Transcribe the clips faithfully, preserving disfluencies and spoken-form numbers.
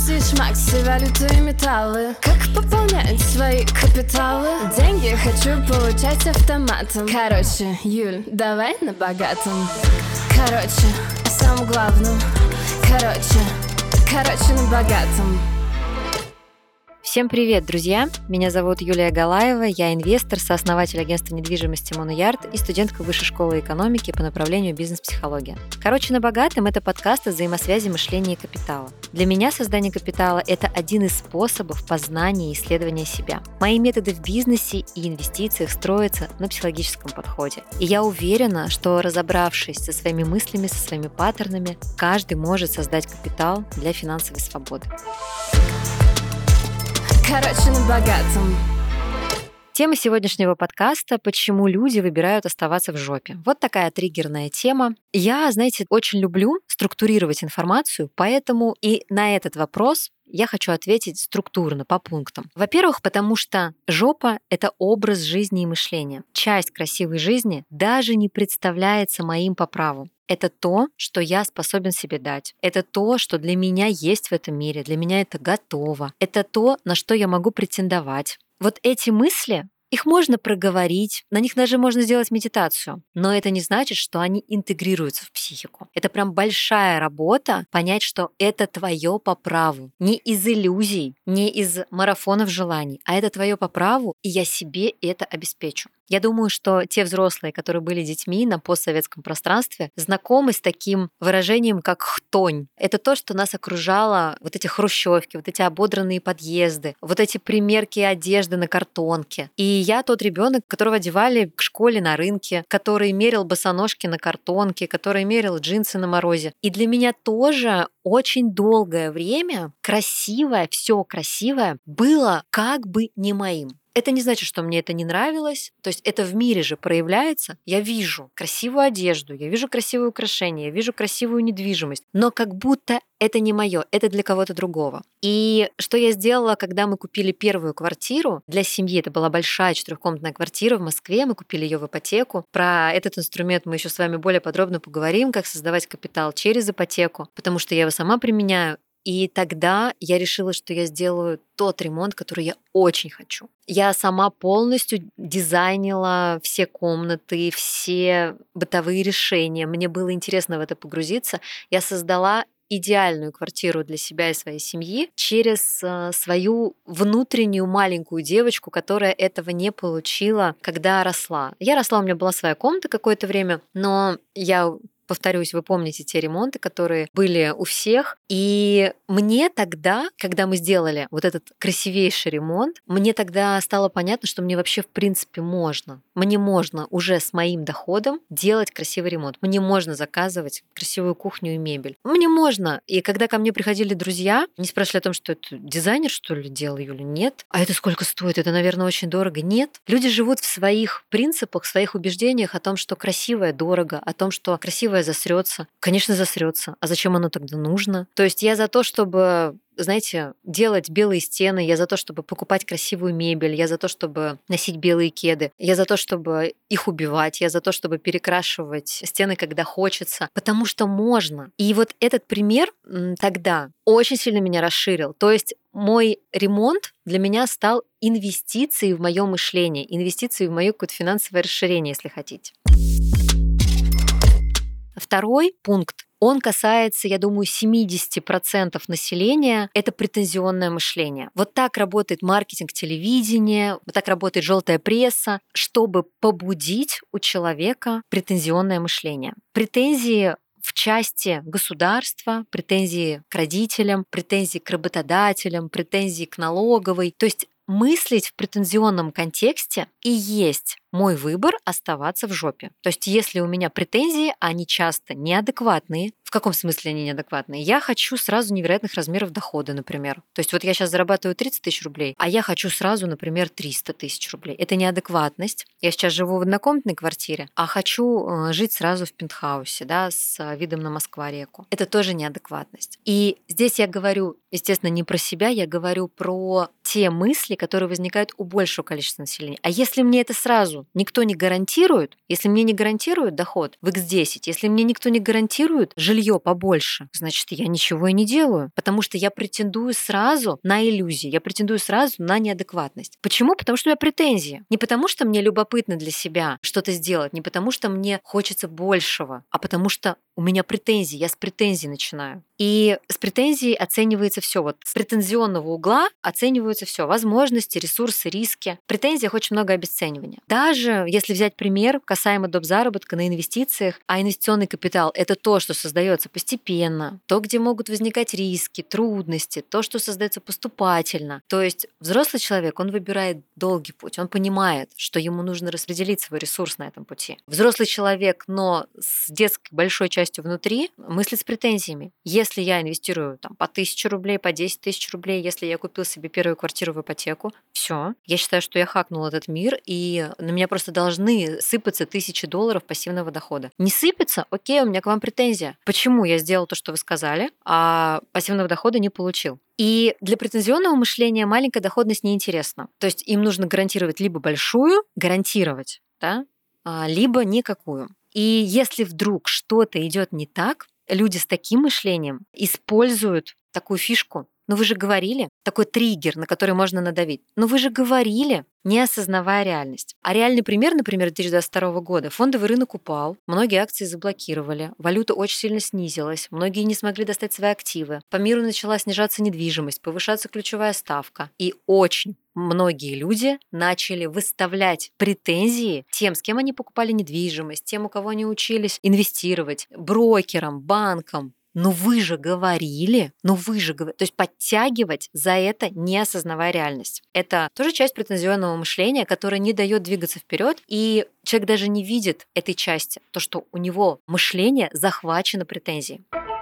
Акции, шмакси, валюты и металлы. Как пополнять свои капиталы? Деньги хочу получать автоматом. Короче, Юль, давай на богатом. Короче, о самом главном. Короче, короче, на богатом. Всем привет, друзья! Меня зовут Юлия Галаева, я инвестор, сооснователь агентства недвижимости Моноярд и студентка Высшей школы экономики по направлению бизнес-психология. Короче, на богатом – это подкаст о взаимосвязи мышления и капитала. Для меня создание капитала – это один из способов познания и исследования себя. Мои методы в бизнесе и инвестициях строятся на психологическом подходе. И я уверена, что, разобравшись со своими мыслями, со своими паттернами, каждый может создать капитал для финансовой свободы. Короче, на богатом. Тема сегодняшнего подкаста – почему люди выбирают оставаться в жопе. Вот такая триггерная тема. Я, знаете, очень люблю структурировать информацию, поэтому и на этот вопрос я хочу ответить структурно, по пунктам. Во-первых, потому что жопа – это образ жизни и мышления. Часть красивой жизни даже не представляется моим по праву. Это то, что я способен себе дать. Это то, что для меня есть в этом мире. Для меня это готово. Это то, на что я могу претендовать. Вот эти мысли, их можно проговорить, на них даже можно сделать медитацию, но это не значит, что они интегрируются в психику. Это прям большая работа понять, что это твое по праву. Не из иллюзий, не из марафонов желаний, а это твое по праву, и я себе это обеспечу. Я думаю, что те взрослые, которые были детьми на постсоветском пространстве, знакомы с таким выражением, как «хтонь». Это то, что нас окружало, вот эти хрущевки, вот эти ободранные подъезды, вот эти примерки одежды на картонке. И я тот ребенок, которого одевали к школе на рынке, который мерил босоножки на картонке, который мерил джинсы на морозе. И для меня тоже очень долгое время красивое, все красивое было как бы не моим. Это не значит, что мне это не нравилось. То есть это в мире же проявляется. Я вижу красивую одежду, я вижу красивые украшения, я вижу красивую недвижимость. Но как будто это не мое, это для кого-то другого. И что я сделала, когда мы купили первую квартиру для семьи? Это была большая четырехкомнатная квартира в Москве. Мы купили ее в ипотеку. Про этот инструмент мы еще с вами более подробно поговорим, как создавать капитал через ипотеку, потому что я его сама применяю. И тогда я решила, что я сделаю тот ремонт, который я очень хочу. Я сама полностью дизайнила все комнаты, все бытовые решения. Мне было интересно в это погрузиться. Я создала идеальную квартиру для себя и своей семьи через свою внутреннюю маленькую девочку, которая этого не получила, когда росла. Я росла, у меня была своя комната какое-то время, но я... Повторюсь, вы помните те ремонты, которые были у всех. И мне тогда, когда мы сделали вот этот красивейший ремонт, мне тогда стало понятно, что мне вообще в принципе можно. Мне можно уже с моим доходом делать красивый ремонт. Мне можно заказывать красивую кухню и мебель. Мне можно. И когда ко мне приходили друзья, они спрашивали о том, что это дизайнер, что ли, делал, Юля? Нет. А это сколько стоит? Это, наверное, очень дорого. Нет. Люди живут в своих принципах, в своих убеждениях о том, что красивое дорого, о том, что красивое засрется. Конечно, засрется. А зачем оно тогда нужно? То есть я за то, чтобы, знаете, делать белые стены, я за то, чтобы покупать красивую мебель, я за то, чтобы носить белые кеды, я за то, чтобы их убивать, я за то, чтобы перекрашивать стены, когда хочется, потому что можно. И вот этот пример тогда очень сильно меня расширил. То есть мой ремонт для меня стал инвестицией в мое мышление, инвестицией в мое какое-то финансовое расширение, если хотите. Второй пункт, он касается, я думаю, семьдесят процентов населения. Это претензионное мышление. Вот так работает маркетинг телевидения, вот так работает желтая пресса, чтобы побудить у человека претензионное мышление. Претензии в части государства, претензии к родителям, претензии к работодателям, претензии к налоговой. То есть мыслить в претензионном контексте и есть мой выбор оставаться в жопе. То есть если у меня претензии, они часто неадекватные. В каком смысле они неадекватные? Я хочу сразу невероятных размеров дохода, например. То есть вот я сейчас зарабатываю тридцать тысяч рублей, а я хочу сразу, например, триста тысяч рублей. Это неадекватность. Я сейчас живу в однокомнатной квартире, а хочу жить сразу в пентхаусе, да, с видом на Москва-реку. Это тоже неадекватность. И здесь я говорю, естественно, не про себя, я говорю про те мысли, которые возникают у большего количества населения. А если мне это сразу никто не гарантирует, если мне не гарантируют доход в икс десять, если мне никто не гарантирует жилье побольше, значит, я ничего и не делаю, потому что я претендую сразу на иллюзии, я претендую сразу на неадекватность. Почему? Потому что у меня претензии. Не потому что мне любопытно для себя что-то сделать, не потому что мне хочется большего, а потому что у меня претензии, я с претензий начинаю. И с претензией оценивается все. Вот с претензионного угла оцениваются все: возможности, ресурсы, риски. В претензиях очень много обесценивания. Даже если взять пример касаемо доп. Заработка на инвестициях, а инвестиционный капитал — это то, что создается постепенно, то, где могут возникать риски, трудности, то, что создается поступательно. То есть взрослый человек, он выбирает долгий путь, он понимает, что ему нужно распределить свой ресурс на этом пути. Взрослый человек, но с детской большой частью внутри, мыслит с претензиями. Если я инвестирую там, по тысяче рублей, по десять тысяч рублей, если я купил себе первую квартиру в ипотеку, все, я считаю, что я хакнул этот мир, и на меня просто должны сыпаться тысячи долларов пассивного дохода. Не сыпется? Окей, у меня к вам претензия. Почему я сделал то, что вы сказали, а пассивного дохода не получил? И для претензионного мышления маленькая доходность неинтересна. То есть им нужно гарантировать либо большую, гарантировать, да, либо никакую. И если вдруг что-то идет не так, люди с таким мышлением используют такую фишку. Но вы же говорили, такой триггер, на который можно надавить. Но вы же говорили, не осознавая реальность. А реальный пример, например, две тысячи двадцать второго года. Фондовый рынок упал, многие акции заблокировали, валюта очень сильно снизилась, многие не смогли достать свои активы. По миру начала снижаться недвижимость, повышаться ключевая ставка. И очень многие люди начали выставлять претензии тем, с кем они покупали недвижимость, тем, у кого они учились инвестировать, брокерам, банкам. Но вы же говорили, но вы же говорили. То есть подтягивать за это, не осознавая реальность. Это тоже часть претензионного мышления, которая не дает двигаться вперед, и человек даже не видит этой части, то, что у него мышление захвачено претензией.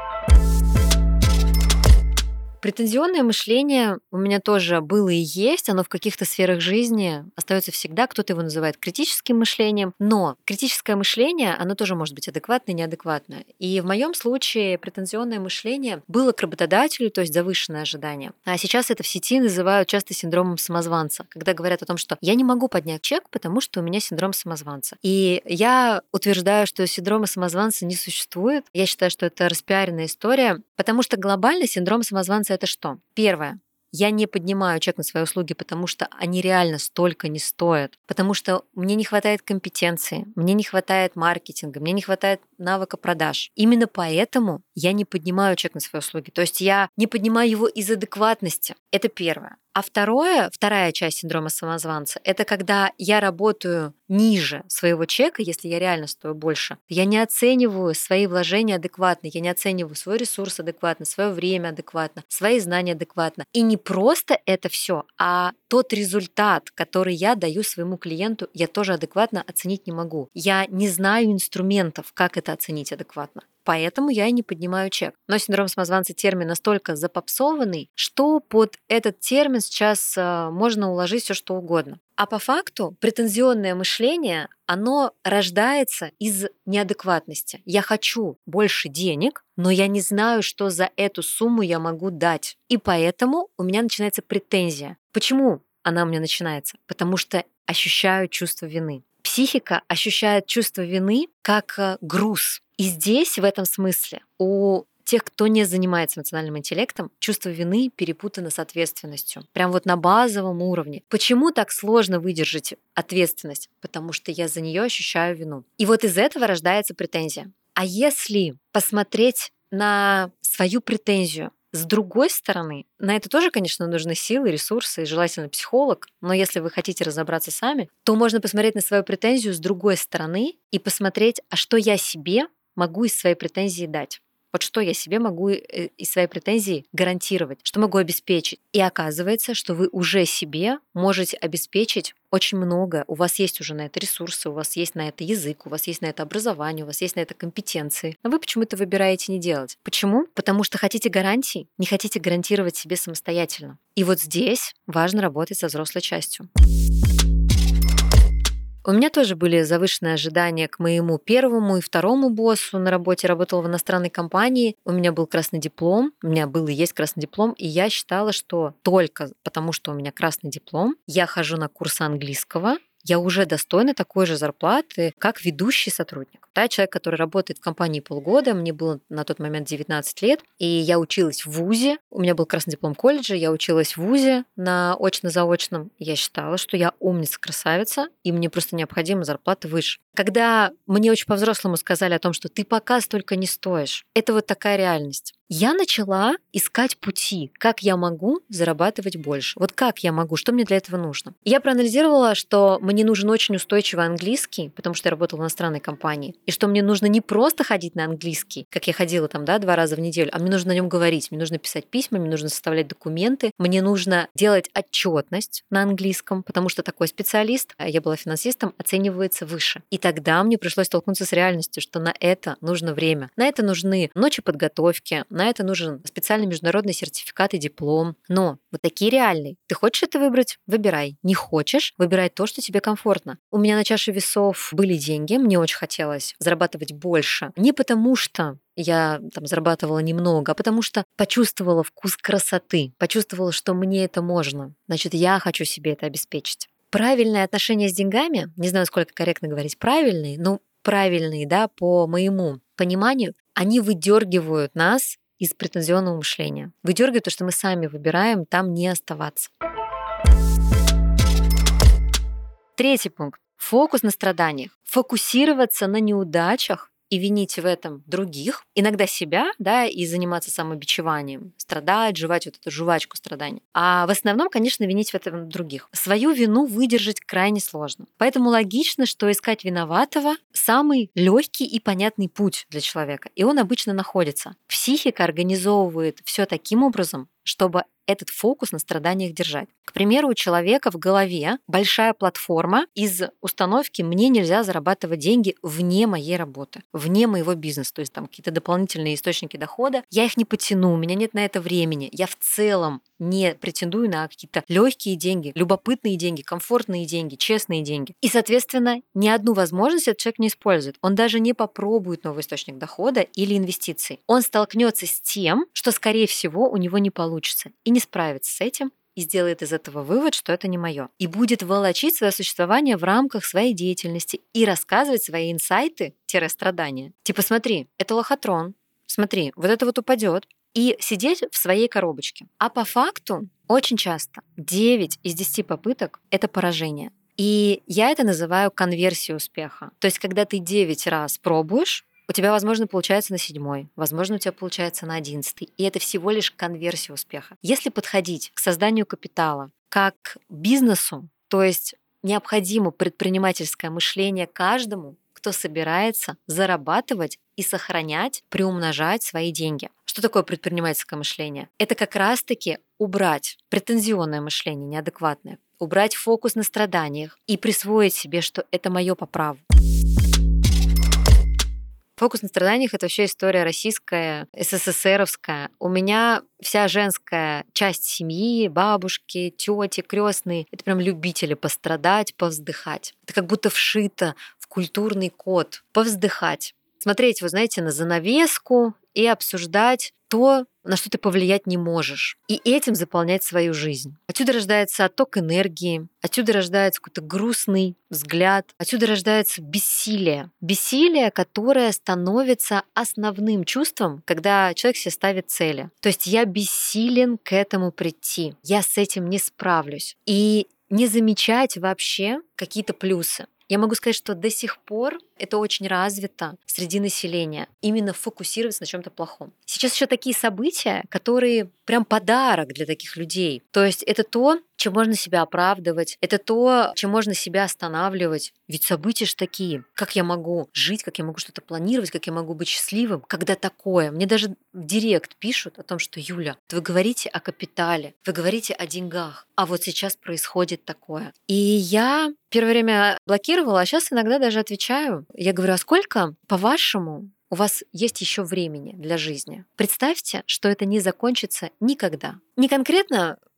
Претензионное мышление у меня тоже было и есть, оно в каких-то сферах жизни остается всегда, кто-то его называет критическим мышлением, но критическое мышление, оно тоже может быть адекватное и неадекватное. И в моем случае претензионное мышление было к работодателю, то есть завышенное ожидание. А сейчас это в сети называют часто синдромом самозванца, когда говорят о том, что я не могу поднять чек, потому что у меня синдром самозванца. И я утверждаю, что синдрома самозванца не существует. Я считаю, что это распиаренная история, потому что глобально синдром самозванца — это что? Первое. Я не поднимаю чек на свои услуги, потому что они реально столько не стоят, потому что мне не хватает компетенции, мне не хватает маркетинга, мне не хватает навыка продаж. Именно поэтому я не поднимаю чек на свои услуги. То есть я не поднимаю его из адекватности. Это первое. А второе, вторая часть синдрома самозванца, это когда я работаю ниже своего чека, если я реально стою больше. Я не оцениваю свои вложения адекватно, я не оцениваю свой ресурс адекватно, свое время адекватно, свои знания адекватно. И не просто это все, а тот результат, который я даю своему клиенту, я тоже адекватно оценить не могу. Я не знаю инструментов, как это оценить адекватно. Поэтому я и не поднимаю чек. Но синдром самозванца — термин настолько запопсованный, что под этот термин сейчас можно уложить все что угодно. А по факту претензионное мышление, оно рождается из неадекватности. Я хочу больше денег, но я не знаю, что за эту сумму я могу дать. И поэтому у меня начинается претензия. Почему она у меня начинается? Потому что ощущаю чувство вины. Психика ощущает чувство вины как груз. И здесь, в этом смысле, у тех, кто не занимается эмоциональным интеллектом, чувство вины перепутано с ответственностью. Прям вот на базовом уровне. Почему так сложно выдержать ответственность? Потому что я за нее ощущаю вину. И вот из этого рождается претензия. А если посмотреть на свою претензию с другой стороны, на это тоже, конечно, нужны силы, ресурсы и желательно психолог, но если вы хотите разобраться сами, то можно посмотреть на свою претензию с другой стороны и посмотреть, а что я себе могу из своей претензии дать. Вот что я себе могу из своей претензии гарантировать, что могу обеспечить. И оказывается, что вы уже себе можете обеспечить очень много. У вас есть уже на это ресурсы, у вас есть на это язык, у вас есть на это образование, у вас есть на это компетенции. Но вы почему-то выбираете не делать. Почему? Потому что хотите гарантий, не хотите гарантировать себе самостоятельно. И вот здесь важно работать со взрослой частью. У У меня тоже были завышенные ожидания к моему первому и второму боссу на работе. Работала в иностранной компании. У меня был красный диплом. У меня был и есть красный диплом. И я считала, что только потому, что у меня красный диплом, я хожу на курсы английского, я уже достойна такой же зарплаты, как ведущий сотрудник. Да, человек, который работает в компании полгода, мне было на тот момент девятнадцать лет, и я училась в вузе, у меня был красный диплом колледжа, я училась в вузе на очно-заочном. Я считала, что я умница, красавица, и мне просто необходима зарплата выше. Когда мне очень по-взрослому сказали о том, что ты пока столько не стоишь, это вот такая реальность. Я начала искать пути, как я могу зарабатывать больше. Вот как я могу, что мне для этого нужно. Я проанализировала, что мне нужен очень устойчивый английский, потому что я работала в иностранной компании, и что мне нужно не просто ходить на английский, как я ходила там, да, два раза в неделю, а мне нужно на нем говорить, мне нужно писать письма, мне нужно составлять документы, мне нужно делать отчетность на английском, потому что такой специалист, а я была финансистом, оценивается выше. И тогда мне пришлось столкнуться с реальностью, что на это нужно время, на это нужны ночи подготовки, на это нужен специальный международный сертификат и диплом. Но вот такие реальные. Ты хочешь это выбрать? Выбирай. Не хочешь? Выбирай то, что тебе комфортно. У меня на чаше весов были деньги, мне очень хотелось зарабатывать больше. Не потому что я там зарабатывала немного, а потому что почувствовала вкус красоты, почувствовала, что мне это можно. Значит, я хочу себе это обеспечить. Правильное отношение с деньгами, не знаю, сколько корректно говорить правильные, но правильные, да, по моему пониманию, они выдергивают нас из претензионного мышления. Выдергивают то, что мы сами выбираем там не оставаться. Третий пункт. Фокус на страданиях. Фокусироваться на неудачах и винить в этом других, иногда себя, да, и заниматься самобичеванием, страдать, жевать вот эту жвачку страданий. А в основном, конечно, винить в этом других. Свою вину выдержать крайне сложно. Поэтому логично, что искать виноватого – самый легкий и понятный путь для человека. И он обычно находится. Психика организовывает все таким образом, чтобы этот фокус на страданиях держать. К примеру, у человека в голове большая платформа из установки «мне нельзя зарабатывать деньги вне моей работы, вне моего бизнеса», то есть там какие-то дополнительные источники дохода, я их не потяну, у меня нет на это времени, я в целом не претендую на какие-то легкие деньги, любопытные деньги, комфортные деньги, честные деньги. И, соответственно, ни одну возможность этот человек не использует. Он даже не попробует новый источник дохода или инвестиций. Он столкнется с тем, что, скорее всего, у него не получится, и не справится с этим, и сделает из этого вывод, что это не мое. И будет волочить свое существование в рамках своей деятельности и рассказывать свои инсайты-страдания. Типа, смотри, это лохотрон, смотри, вот это вот упадет, и сидеть в своей коробочке. А по факту очень часто девять из десяти попыток — это поражение. И я это называю конверсией успеха. То есть, когда ты девять раз пробуешь, у тебя, возможно, получается на седьмой, возможно, у тебя получается на одиннадцатый. И это всего лишь конверсия успеха. Если подходить к созданию капитала как к бизнесу, то есть необходимо предпринимательское мышление каждому, кто собирается зарабатывать и сохранять, приумножать свои деньги. Что такое предпринимательское мышление? Это как раз-таки убрать претензионное мышление, неадекватное, убрать фокус на страданиях и присвоить себе, что это мое по праву. Фокус на страданиях — это вообще история российская, СССРовская. У меня вся женская часть семьи, бабушки, тети, крестные, это прям любители пострадать, повздыхать. Это как будто вшито в культурный код. Повздыхать. Смотреть, вы знаете, на занавеску и обсуждать то, на что ты повлиять не можешь, и этим заполнять свою жизнь. Отсюда рождается отток энергии, отсюда рождается какой-то грустный взгляд, отсюда рождается бессилие. Бессилие, которое становится основным чувством, когда человек себе ставит цели. То есть я бессилен к этому прийти, я с этим не справлюсь. И не замечать вообще какие-то плюсы. Я могу сказать, что до сих пор это очень развито среди населения, именно фокусироваться на чем-то плохом. Сейчас еще такие события, которые прям подарок для таких людей. То есть это то, чем можно себя оправдывать, это то, чем можно себя останавливать. Ведь события же такие. Как я могу жить, как я могу что-то планировать, как я могу быть счастливым, когда такое? Мне даже в директ пишут о том, что Юля, вы говорите о капитале, вы говорите о деньгах, а вот сейчас происходит такое. И я первое время блокировала, а сейчас иногда даже отвечаю. Я говорю, а сколько, по-вашему, у вас есть еще времени для жизни? Представьте, что это не закончится никогда. Не конкретно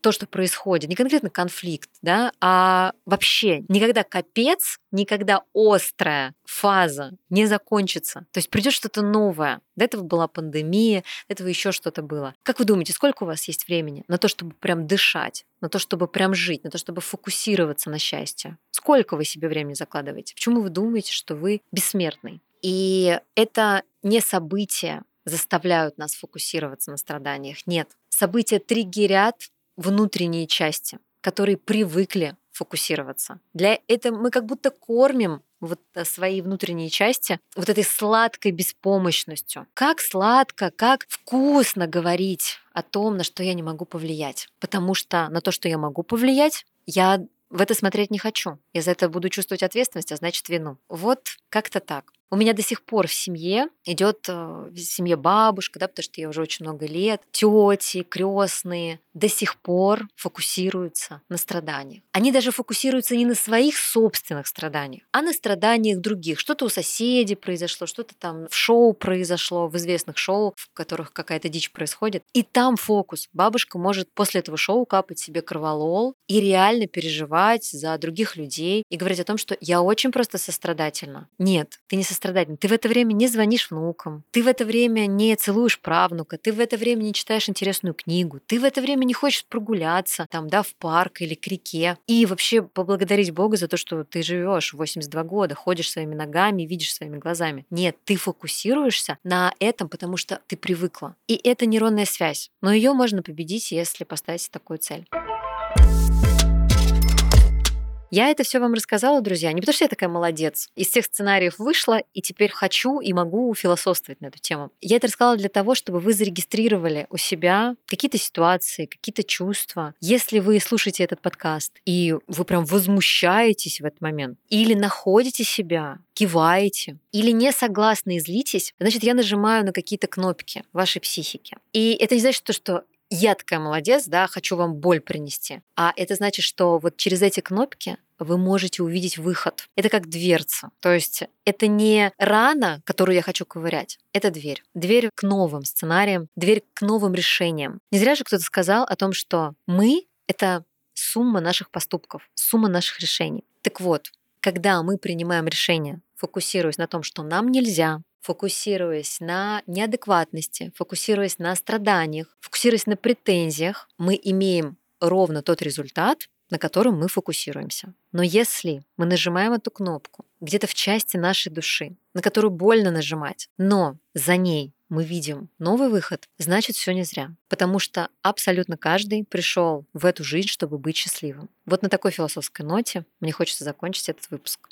то, что происходит, не конкретно конфликт, да, а вообще никогда капец, никогда острая фаза не закончится. То есть придет что-то новое. До этого была пандемия, до этого еще что-то было. Как вы думаете, сколько у вас есть времени на то, чтобы прям дышать, на то, чтобы прям жить, на то, чтобы фокусироваться на счастье? Сколько вы себе времени закладываете? Почему вы думаете, что вы бессмертный? И это не события заставляют нас фокусироваться на страданиях. Нет. События триггерят внутренние части, которые привыкли фокусироваться. Для этого мы как будто кормим вот свои внутренние части вот этой сладкой беспомощностью. Как сладко, как вкусно говорить о том, на что я не могу повлиять. Потому что на то, что я могу повлиять, я в это смотреть не хочу. Я за это буду чувствовать ответственность, а значит вину. Вот как-то так. У меня до сих пор в семье идет в семье бабушка, да, потому что я уже очень много лет, тети, крестные до сих пор фокусируются на страданиях. Они даже фокусируются не на своих собственных страданиях, а на страданиях других. Что-то у соседей произошло, что-то там в шоу произошло, в известных шоу, в которых какая-то дичь происходит. И там фокус. Бабушка может после этого шоу капать себе корвалол и реально переживать за других людей и говорить о том, что я очень просто сострадательна. Нет, ты не сострадательна. Ты в это время не звонишь внукам, ты в это время не целуешь правнука, ты в это время не читаешь интересную книгу, ты в это время не хочешь прогуляться там, да, в парк или к реке и вообще поблагодарить Бога за то, что ты живешь восемьдесят два года, ходишь своими ногами, видишь своими глазами. Нет, ты фокусируешься на этом, потому что ты привыкла. И это нейронная связь, но ее можно победить, если поставить такую цель. Я это все вам рассказала, друзья, не потому что я такая молодец. Из всех сценариев вышла, и теперь хочу и могу философствовать на эту тему. Я это рассказала для того, чтобы вы зарегистрировали у себя какие-то ситуации, какие-то чувства. Если вы слушаете этот подкаст, и вы прям возмущаетесь в этот момент, или находите себя, киваете, или не согласны и злитесь, значит, я нажимаю на какие-то кнопки вашей психики. И это не значит, что я такая молодец, да, хочу вам боль принести. А это значит, что вот через эти кнопки вы можете увидеть выход. Это как дверца. То есть это не рана, которую я хочу ковырять, это дверь. Дверь к новым сценариям, дверь к новым решениям. Не зря же кто-то сказал о том, что мы — это сумма наших поступков, сумма наших решений. Так вот, когда мы принимаем решение, фокусируясь на том, что нам нельзя, фокусируясь на неадекватности, фокусируясь на страданиях, фокусируясь на претензиях, мы имеем ровно тот результат, на котором мы фокусируемся. Но если мы нажимаем эту кнопку где-то в части нашей души, на которую больно нажимать, но за ней мы видим новый выход, значит, все не зря. Потому что абсолютно каждый пришел в эту жизнь, чтобы быть счастливым. Вот на такой философской ноте мне хочется закончить этот выпуск.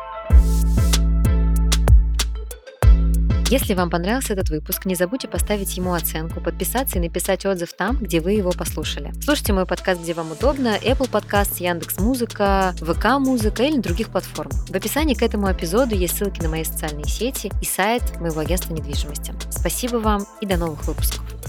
Если вам понравился этот выпуск, не забудьте поставить ему оценку, подписаться и написать отзыв там, где вы его послушали. Слушайте мой подкаст, где вам удобно: Apple Podcast, Яндекс.Музыка, ВК-музыка или других платформ. В описании к этому эпизоду есть ссылки на мои социальные сети и сайт моего агентства недвижимости. Спасибо вам и до новых выпусков.